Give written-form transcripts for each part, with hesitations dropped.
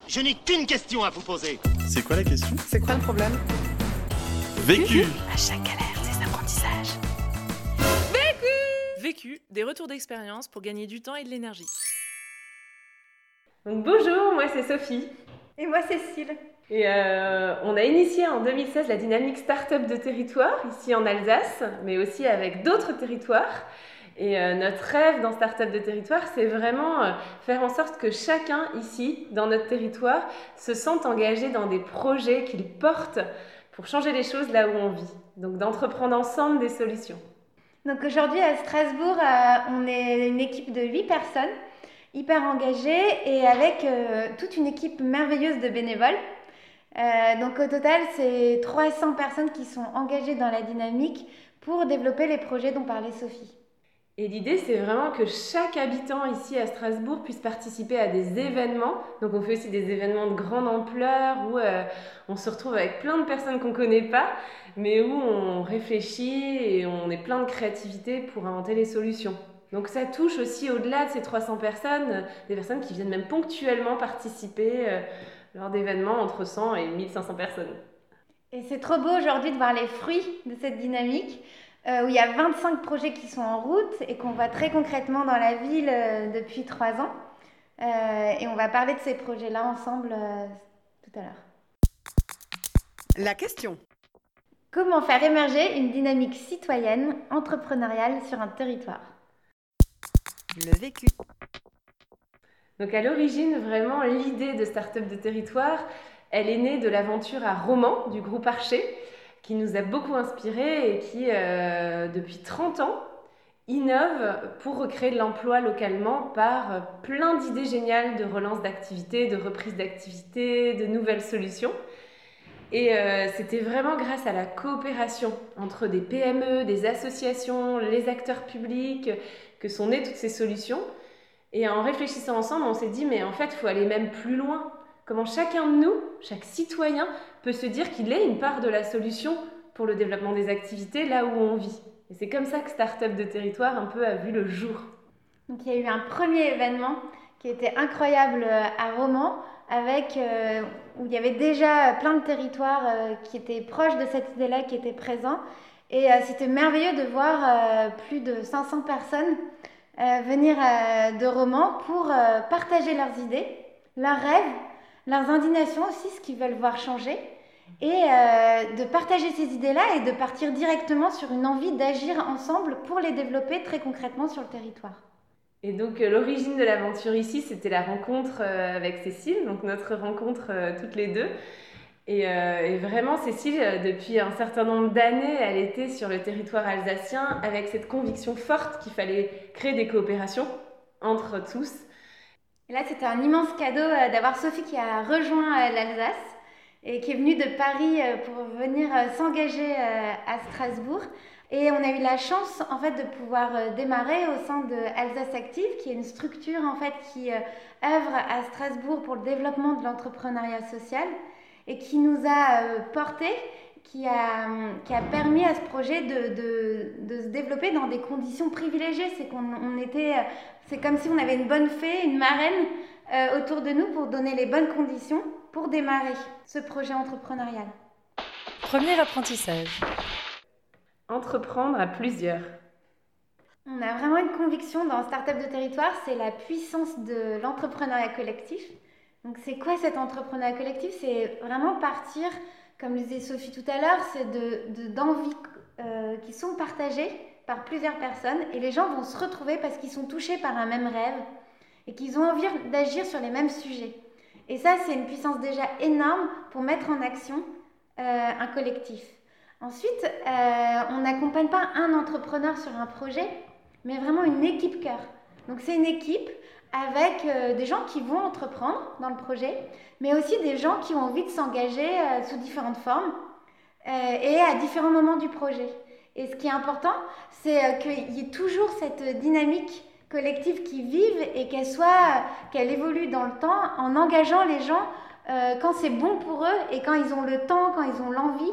Je n'ai qu'une question à vous poser. C'est quoi la question? C'est quoi le problème? Vécu. À chaque galère, des apprentissages. Vécu, des retours d'expérience pour gagner du temps et de l'énergie. Donc bonjour, moi c'est Sophie. Et moi Cécile. Et on a initié en 2016 la dynamique Start-up de territoire, ici en Alsace, mais aussi avec d'autres territoires. Et notre rêve dans Start-up de territoire, c'est vraiment faire en sorte que chacun ici, dans notre territoire, se sente engagé dans des projets qu'il porte pour changer les choses là où on vit. Donc d'entreprendre ensemble des solutions. Donc aujourd'hui à Strasbourg, on est une équipe de 8 personnes, hyper engagées et avec toute une équipe merveilleuse de bénévoles. Donc au total, c'est 300 personnes qui sont engagées dans la dynamique pour développer les projets dont parlait Sophie. Et l'idée, c'est vraiment que chaque habitant ici à Strasbourg puisse participer à des événements. Donc on fait aussi des événements de grande ampleur où on se retrouve avec plein de personnes qu'on ne connaît pas, mais où on réfléchit et on est plein de créativité pour inventer les solutions. Donc ça touche aussi au-delà de ces 300 personnes, des personnes qui viennent même ponctuellement participer lors d'événements entre 100 et 1500 personnes. Et c'est trop beau aujourd'hui de voir les fruits de cette dynamique. Où il y a 25 projets qui sont en route et qu'on voit très concrètement dans la ville depuis 3 ans. Et on va parler de ces projets-là ensemble tout à l'heure. La question. Comment faire émerger une dynamique citoyenne, entrepreneuriale sur un territoire? Le vécu. Donc à l'origine, vraiment, l'idée de Start-up de territoire, elle est née de l'aventure à Romans du groupe Archer, qui nous a beaucoup inspirés et qui, depuis 30 ans, innove pour recréer de l'emploi localement par plein d'idées géniales de relance d'activités, de reprise d'activités, de nouvelles solutions. Et c'était vraiment grâce à la coopération entre des PME, des associations, les acteurs publics, que sont nées toutes ces solutions. Et en réfléchissant ensemble, on s'est dit, mais en fait, il faut aller même plus loin. Comment chacun de nous, chaque citoyen, peut se dire qu'il est une part de la solution pour le développement des activités là où on vit. Et c'est comme ça que Start-up de territoire un peu a vu le jour. Donc il y a eu un premier événement qui était incroyable à Romans, où il y avait déjà plein de territoires qui étaient proches de cette idée-là, qui étaient présents. Et c'était merveilleux de voir plus de 500 personnes venir de Romans pour partager leurs idées, leurs rêves, leurs indignations aussi, ce qu'ils veulent voir changer, et de partager ces idées-là et de partir directement sur une envie d'agir ensemble pour les développer très concrètement sur le territoire. Et donc l'origine de l'aventure ici, c'était la rencontre avec Cécile, donc notre rencontre toutes les deux. Et vraiment, Cécile, depuis un certain nombre d'années, elle était sur le territoire alsacien avec cette conviction forte qu'il fallait créer des coopérations entre tous. Et là, c'était un immense cadeau d'avoir Sophie qui a rejoint l'Alsace et qui est venue de Paris pour venir s'engager à Strasbourg. Et on a eu la chance en fait de pouvoir démarrer au sein de Alsace Active, qui est une structure en fait qui œuvre à Strasbourg pour le développement de l'entrepreneuriat social et qui nous a portés, qui a permis à ce projet de se développer dans des conditions privilégiées. C'est comme si on avait une bonne fée, une marraine autour de nous pour donner les bonnes conditions pour démarrer ce projet entrepreneurial. Premier apprentissage. Entreprendre à plusieurs. On a vraiment une conviction dans Start-up de territoire, c'est la puissance de l'entrepreneuriat collectif. Donc c'est quoi cet entrepreneuriat collectif? C'est vraiment partir, comme le disait Sophie tout à l'heure, c'est d'envies qui sont partagées par plusieurs personnes et les gens vont se retrouver parce qu'ils sont touchés par un même rêve et qu'ils ont envie d'agir sur les mêmes sujets. Et ça, c'est une puissance déjà énorme pour mettre en action un collectif. Ensuite, on n'accompagne pas un entrepreneur sur un projet, mais vraiment une équipe cœur. Donc c'est une équipe avec des gens qui vont entreprendre dans le projet, mais aussi des gens qui ont envie de s'engager sous différentes formes et à différents moments du projet. Et ce qui est important, c'est qu'il y ait toujours cette dynamique collective qui vive et qu'elle évolue dans le temps en engageant les gens quand c'est bon pour eux et quand ils ont le temps, quand ils ont l'envie.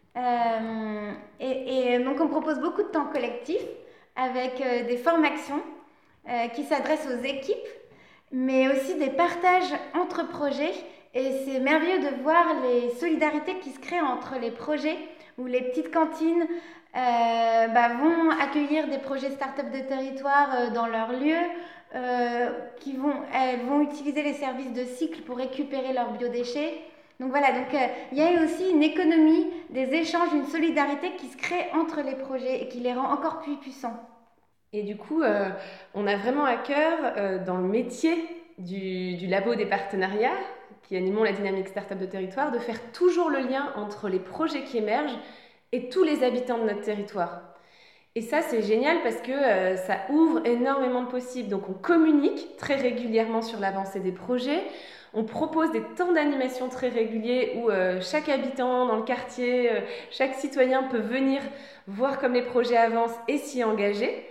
Et donc on propose beaucoup de temps collectif avec des formations qui s'adressent aux équipes, mais aussi des partages entre projets Et c'est merveilleux de voir les solidarités qui se créent entre les projets, où les petites cantines vont accueillir des projets start-up de territoire dans leur lieu, elles vont utiliser les services de cycle pour récupérer leurs biodéchets. Donc voilà, il y a aussi une économie des échanges, une solidarité qui se crée entre les projets et qui les rend encore plus puissants. Et du coup, on a vraiment à cœur, dans le métier du labo des partenariats, qui animons la dynamique start-up de territoire, de faire toujours le lien entre les projets qui émergent et tous les habitants de notre territoire. Et ça, c'est génial parce que ça ouvre énormément de possibles. Donc, on communique très régulièrement sur l'avancée des projets. On propose des temps d'animation très réguliers où chaque habitant dans le quartier, chaque citoyen peut venir voir comme les projets avancent et s'y engager.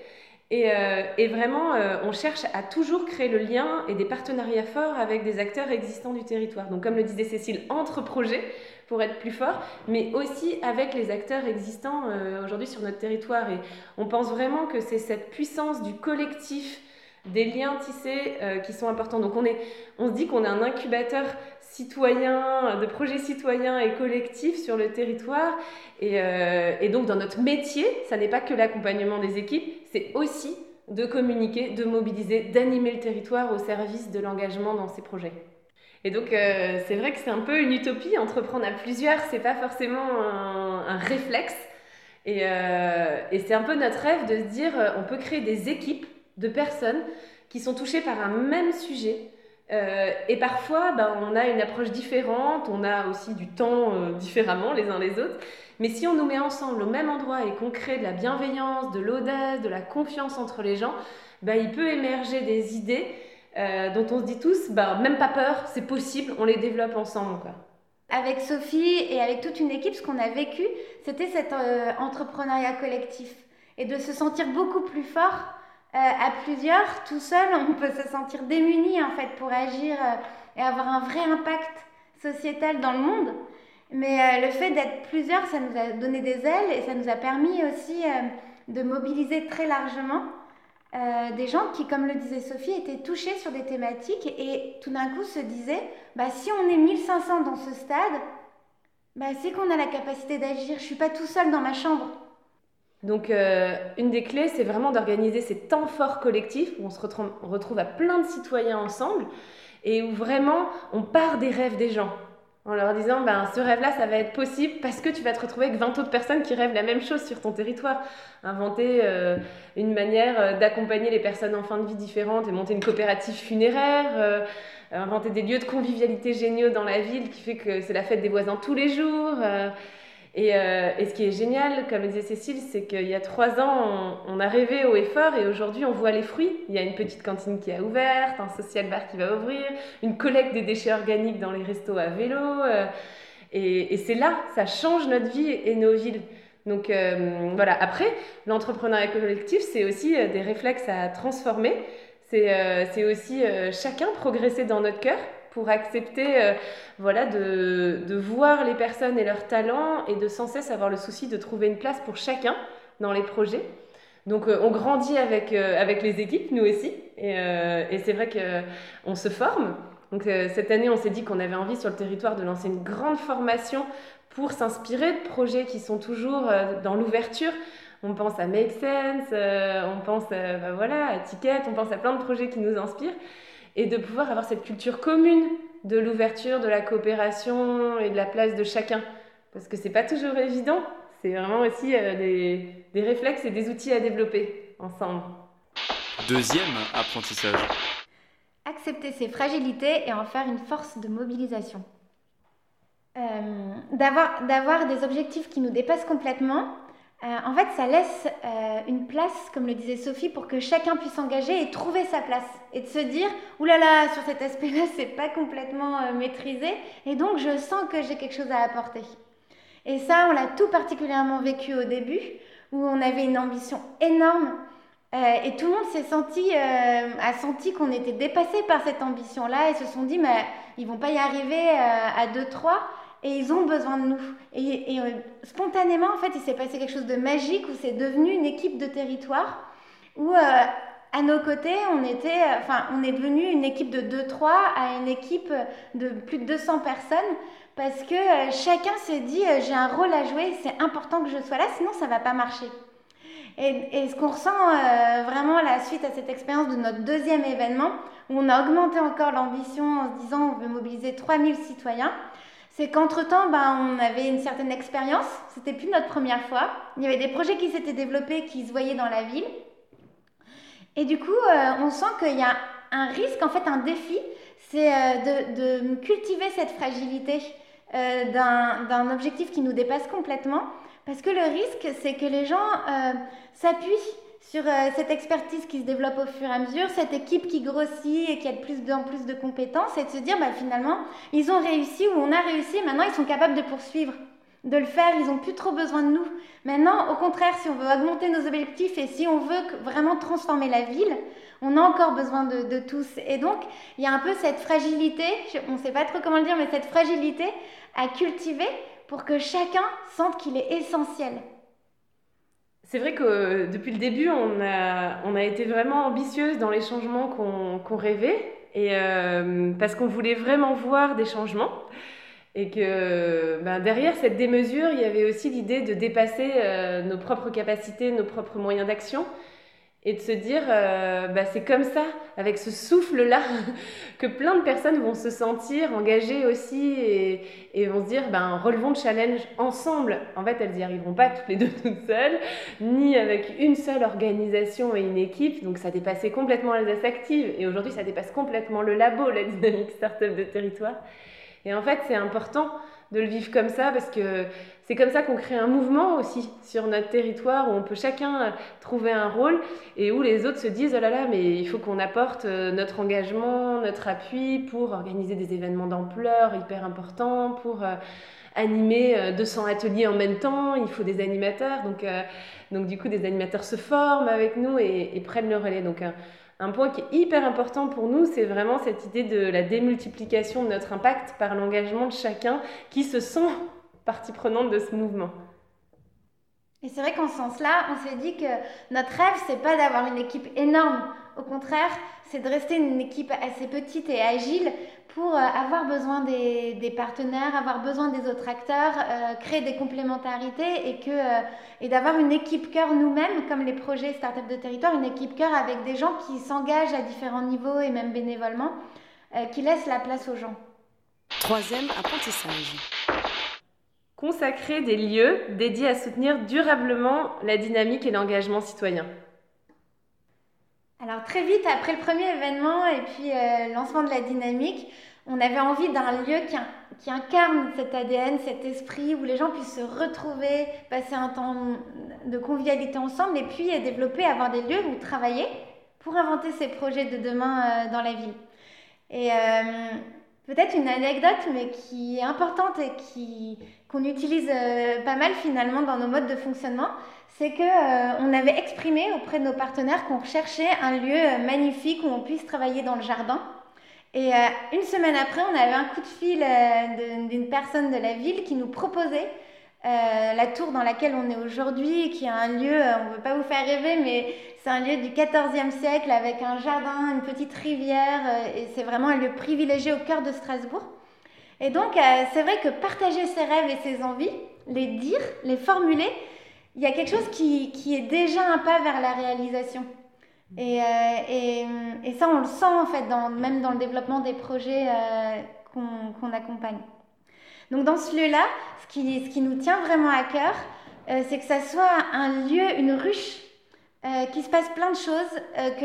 Et vraiment, on cherche à toujours créer le lien et des partenariats forts avec des acteurs existants du territoire. Donc, comme le disait Cécile, entre projets pour être plus fort, mais aussi avec les acteurs existants aujourd'hui sur notre territoire. Et on pense vraiment que c'est cette puissance du collectif, des liens tissés qui sont importants. Donc, on se dit qu'on est un incubateur citoyen, de projets citoyens et collectifs sur le territoire. Et donc, dans notre métier, ça n'est pas que l'accompagnement des équipes, c'est aussi de communiquer, de mobiliser, d'animer le territoire au service de l'engagement dans ces projets. Et donc, c'est vrai que c'est un peu une utopie. Entreprendre à plusieurs, c'est pas forcément un réflexe. Et c'est un peu notre rêve de se dire, on peut créer des équipes de personnes qui sont touchées par un même sujet. Et parfois, on a une approche différente, on a aussi du temps différemment les uns les autres. Mais si on nous met ensemble au même endroit et qu'on crée de la bienveillance, de l'audace, de la confiance entre les gens, il peut émerger des idées dont on se dit tous, même pas peur, c'est possible, on les développe ensemble, quoi. Avec Sophie et avec toute une équipe, ce qu'on a vécu, c'était cet entrepreneuriat collectif. Et de se sentir beaucoup plus fort à plusieurs, tout seul, on peut se sentir démuni en fait pour agir et avoir un vrai impact sociétal dans le monde. Mais le fait d'être plusieurs, ça nous a donné des ailes et ça nous a permis aussi de mobiliser très largement des gens qui, comme le disait Sophie, étaient touchés sur des thématiques et tout d'un coup se disaient si on est 1500 dans ce stade, c'est qu'on a la capacité d'agir. Je ne suis pas tout seul dans ma chambre. Donc, une des clés, c'est vraiment d'organiser ces temps forts collectifs où on se retrouve à plein de citoyens ensemble et où vraiment on part des rêves des gens. En leur disant, ce rêve-là, ça va être possible parce que tu vas te retrouver avec 20 autres personnes qui rêvent la même chose sur ton territoire. Inventer une manière d'accompagner les personnes en fin de vie différentes et monter une coopérative funéraire, inventer des lieux de convivialité géniaux dans la ville qui fait que c'est la fête des voisins tous les jours. Et ce qui est génial, comme disait Cécile, c'est qu'il y a 3 ans, on a rêvé haut et fort et aujourd'hui, on voit les fruits. Il y a une petite cantine qui a ouvert, un social bar qui va ouvrir, une collecte des déchets organiques dans les restos à vélo. Et c'est là, ça change notre vie et nos villes. Donc voilà, après, l'entrepreneuriat collectif, c'est aussi des réflexes à transformer. C'est aussi chacun progresser dans notre cœur pour accepter de voir les personnes et leurs talents et de sans cesse avoir le souci de trouver une place pour chacun dans les projets. Donc on grandit avec les équipes, nous aussi, et c'est vrai qu'on se forme. Donc cette année, on s'est dit qu'on avait envie sur le territoire de lancer une grande formation pour s'inspirer de projets qui sont toujours dans l'ouverture. On pense à Make Sense, on pense à Ticket, on pense à plein de projets qui nous inspirent. Et de pouvoir avoir cette culture commune de l'ouverture, de la coopération et de la place de chacun. Parce que c'est pas toujours évident, c'est vraiment aussi des réflexes et des outils à développer ensemble. Deuxième apprentissage. Accepter ses fragilités et en faire une force de mobilisation. D'avoir des objectifs qui nous dépassent complètement, en fait, ça laisse une place, comme le disait Sophie, pour que chacun puisse s'engager et trouver sa place. Et de se dire, oulala, sur cet aspect-là, c'est pas complètement maîtrisé. Et donc, je sens que j'ai quelque chose à apporter. Et ça, on l'a tout particulièrement vécu au début, où on avait une ambition énorme. Et tout le monde a senti qu'on était dépassé par cette ambition-là et se sont dit, mais ils vont pas y arriver à 2-3. Et ils ont besoin de nous. Et spontanément, en fait, il s'est passé quelque chose de magique où c'est devenu une équipe de territoire où à nos côtés, on est devenu une équipe de 2-3 à une équipe de plus de 200 personnes parce que chacun s'est dit j'ai un rôle à jouer, c'est important que je sois là, sinon ça ne va pas marcher. Et ce qu'on ressent vraiment à la suite à cette expérience de notre deuxième événement, où on a augmenté encore l'ambition en se disant on veut mobiliser 3000 citoyens, c'est qu'entre-temps, on avait une certaine expérience, c'était plus notre première fois, il y avait des projets qui s'étaient développés, qui se voyaient dans la ville, et du coup, on sent qu'il y a un risque, en fait un défi, c'est de cultiver cette fragilité d'un objectif qui nous dépasse complètement, parce que le risque, c'est que les gens s'appuient sur cette expertise qui se développe au fur et à mesure, cette équipe qui grossit et qui a de plus en plus de compétences, et de se dire finalement, ils ont réussi ou on a réussi, maintenant ils sont capables de poursuivre, de le faire, ils n'ont plus trop besoin de nous. Maintenant, au contraire, si on veut augmenter nos objectifs et si on veut vraiment transformer la ville, on a encore besoin de tous. Et donc, il y a un peu cette fragilité, on ne sait pas trop comment le dire, mais cette fragilité à cultiver pour que chacun sente qu'il est essentiel. C'est vrai que depuis le début, on a été vraiment ambitieuse dans les changements qu'on rêvait, et parce qu'on voulait vraiment voir des changements. Et que derrière cette démesure, il y avait aussi l'idée de dépasser nos propres capacités, nos propres moyens d'action, et de se dire c'est comme ça, avec ce souffle-là, que plein de personnes vont se sentir engagées aussi et vont se dire relevons le challenge ensemble. En fait, elles n'y arriveront pas toutes les deux toutes seules, ni avec une seule organisation et une équipe. Donc ça dépassait complètement Alsace Active, et aujourd'hui ça dépasse complètement le labo, la dynamique start-up de territoire. Et en fait, c'est important de le vivre comme ça, parce que c'est comme ça qu'on crée un mouvement aussi sur notre territoire, où on peut chacun trouver un rôle et où les autres se disent « Oh là là, mais il faut qu'on apporte notre engagement, notre appui pour organiser des événements d'ampleur hyper importants, pour animer 200 ateliers en même temps, il faut des animateurs. » Donc du coup, des animateurs se forment avec nous et prennent le relais. Donc un point qui est hyper important pour nous, c'est vraiment cette idée de la démultiplication de notre impact par l'engagement de chacun qui se sent partie prenante de ce mouvement. Et c'est vrai qu'en ce sens-là, on s'est dit que notre rêve, c'est pas d'avoir une équipe énorme. Au contraire, c'est de rester une équipe assez petite et agile pour avoir besoin des partenaires, avoir besoin des autres acteurs, créer des complémentarités et d'avoir une équipe cœur nous-mêmes, comme les projets Startup de territoire, une équipe cœur avec des gens qui s'engagent à différents niveaux et même bénévolement, qui laissent la place aux gens. Troisième apprentissage. Consacrer des lieux dédiés à soutenir durablement la dynamique et l'engagement citoyen. Alors très vite, après le premier événement et puis le lancement de la dynamique, on avait envie d'un lieu qui incarne cet ADN, cet esprit, où les gens puissent se retrouver, passer un temps de convivialité ensemble et puis développer, avoir des lieux où travailler pour inventer ces projets de demain dans la ville. Et peut-être une anecdote, mais qui est importante et qu'on utilise pas mal finalement dans nos modes de fonctionnement, c'est qu'on avait exprimé auprès de nos partenaires qu'on recherchait un lieu magnifique où on puisse travailler dans le jardin. Et une semaine après, on avait un coup de fil d'une personne de la ville qui nous proposait la tour dans laquelle on est aujourd'hui, qui est un lieu, on ne veut pas vous faire rêver, mais c'est un lieu du XIVe siècle avec un jardin, une petite rivière, et c'est vraiment un lieu privilégié au cœur de Strasbourg. Et donc, c'est vrai que partager ses rêves et ses envies, les dire, les formuler, il y a quelque chose qui est déjà un pas vers la réalisation. Et ça, on le sent en fait, même dans le développement des projets qu'on accompagne. Donc dans ce lieu-là, ce qui nous tient vraiment à cœur, c'est que ça soit un lieu, une ruche, qu'il se passe plein de choses, que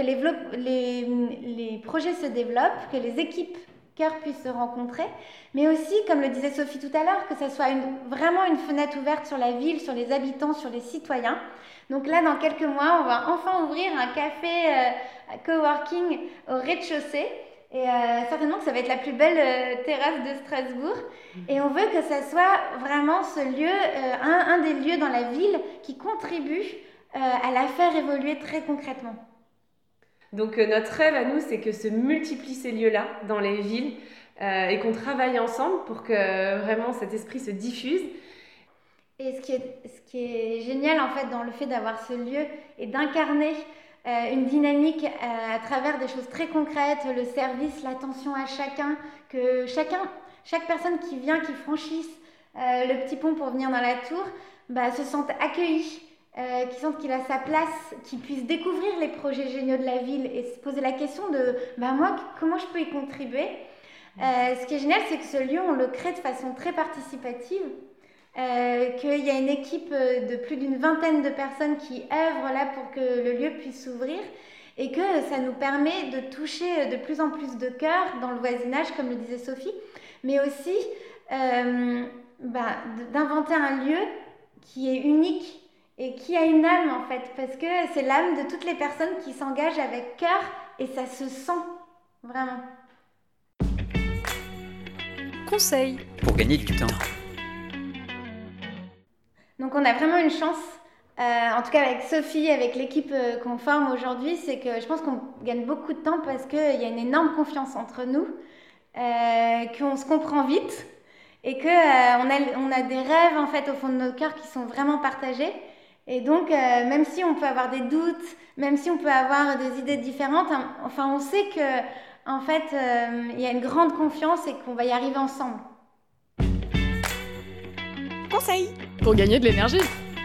les projets se développent, que les équipes cœur puissent se rencontrer, mais aussi, comme le disait Sophie tout à l'heure, que ça soit vraiment une fenêtre ouverte sur la ville, sur les habitants, sur les citoyens. Donc là, dans quelques mois, on va enfin ouvrir un café coworking au rez-de-chaussée. Et certainement que ça va être la plus belle terrasse de Strasbourg. Et on veut que ça soit vraiment ce lieu, un des lieux dans la ville qui contribue à la faire évoluer très concrètement. Donc notre rêve à nous, c'est que se multiplient ces lieux-là dans les villes et qu'on travaille ensemble pour que vraiment cet esprit se diffuse. Et ce qui est génial en fait dans le fait d'avoir ce lieu et d'incarner une dynamique à travers des choses très concrètes, le service, l'attention à chacun, que chaque personne qui vient, qui franchisse le petit pont pour venir dans la tour, se sente accueilli, qui sente qu'il a sa place, qu'il puisse découvrir les projets géniaux de la ville et se poser la question de moi, comment je peux y contribuer. Ce qui est génial, c'est que ce lieu, on le crée de façon très participative, qu'il y a une équipe de plus d'une vingtaine de personnes qui œuvrent là pour que le lieu puisse s'ouvrir et que ça nous permet de toucher de plus en plus de cœurs dans le voisinage, comme le disait Sophie, mais aussi d'inventer un lieu qui est unique et qui a une âme en fait, parce que c'est l'âme de toutes les personnes qui s'engagent avec cœur et ça se sent vraiment. Conseil Pour gagner du temps. Donc on a vraiment une chance, en tout cas avec Sophie, avec l'équipe qu'on forme aujourd'hui, c'est que je pense qu'on gagne beaucoup de temps parce qu'il y a une énorme confiance entre nous, qu'on se comprend vite et qu'on a des rêves en fait au fond de nos cœurs qui sont vraiment partagés. Et donc même si on peut avoir des doutes, même si on peut avoir des idées différentes, on sait que en fait il y a une grande confiance et qu'on va y arriver ensemble. Conseil pour gagner de l'énergie.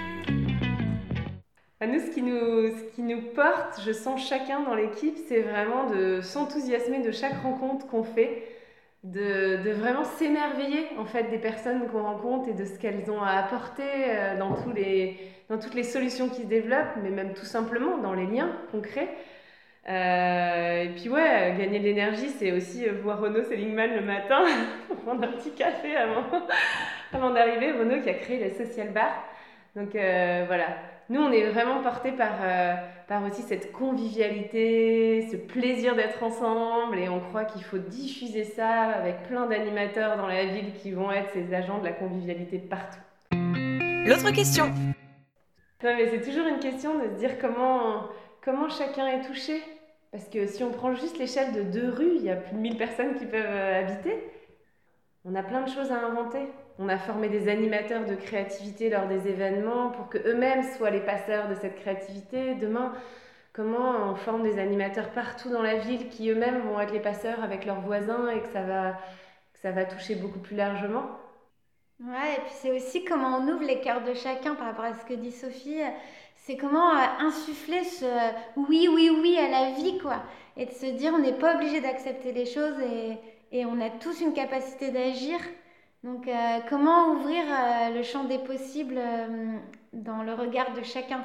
Nous, ce qui nous porte, je sens chacun dans l'équipe, c'est vraiment de s'enthousiasmer de chaque rencontre qu'on fait, de vraiment s'émerveiller en fait des personnes qu'on rencontre et de ce qu'elles ont à apporter dans toutes les solutions qui se développent, mais même tout simplement dans les liens concrets. Et puis gagner de l'énergie, c'est aussi voir Renaud Seligman le matin pour prendre un petit café avant d'arriver. Renaud qui a créé le Social Bar. Donc voilà, nous on est vraiment portés par aussi cette convivialité, ce plaisir d'être ensemble, et on croit qu'il faut diffuser ça avec plein d'animateurs dans la ville qui vont être ces agents de la convivialité de partout. L'autre question. Non mais c'est toujours une question de se dire comment chacun est touché. Parce que si on prend juste l'échelle de 2 rues, il y a plus de 1000 personnes qui peuvent habiter. On a plein de choses à inventer. On a formé des animateurs de créativité lors des événements pour qu'eux-mêmes soient les passeurs de cette créativité. Demain, comment on forme des animateurs partout dans la ville qui eux-mêmes vont être les passeurs avec leurs voisins et que ça va toucher beaucoup plus largement. Ouais, et puis c'est aussi comment on ouvre les cœurs de chacun par rapport à ce que dit Sophie. C'est comment insuffler ce oui, oui, oui à la vie, quoi. Et de se dire, on n'est pas obligé d'accepter les choses et on a tous une capacité d'agir. Donc, comment ouvrir le champ des possibles dans le regard de chacun.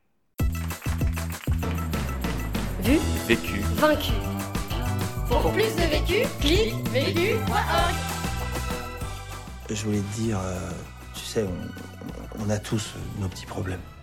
Vu, Vécu. vaincu. Pour plus de vécu, clique vécu.org. Je voulais te dire, tu sais, on a tous nos petits problèmes.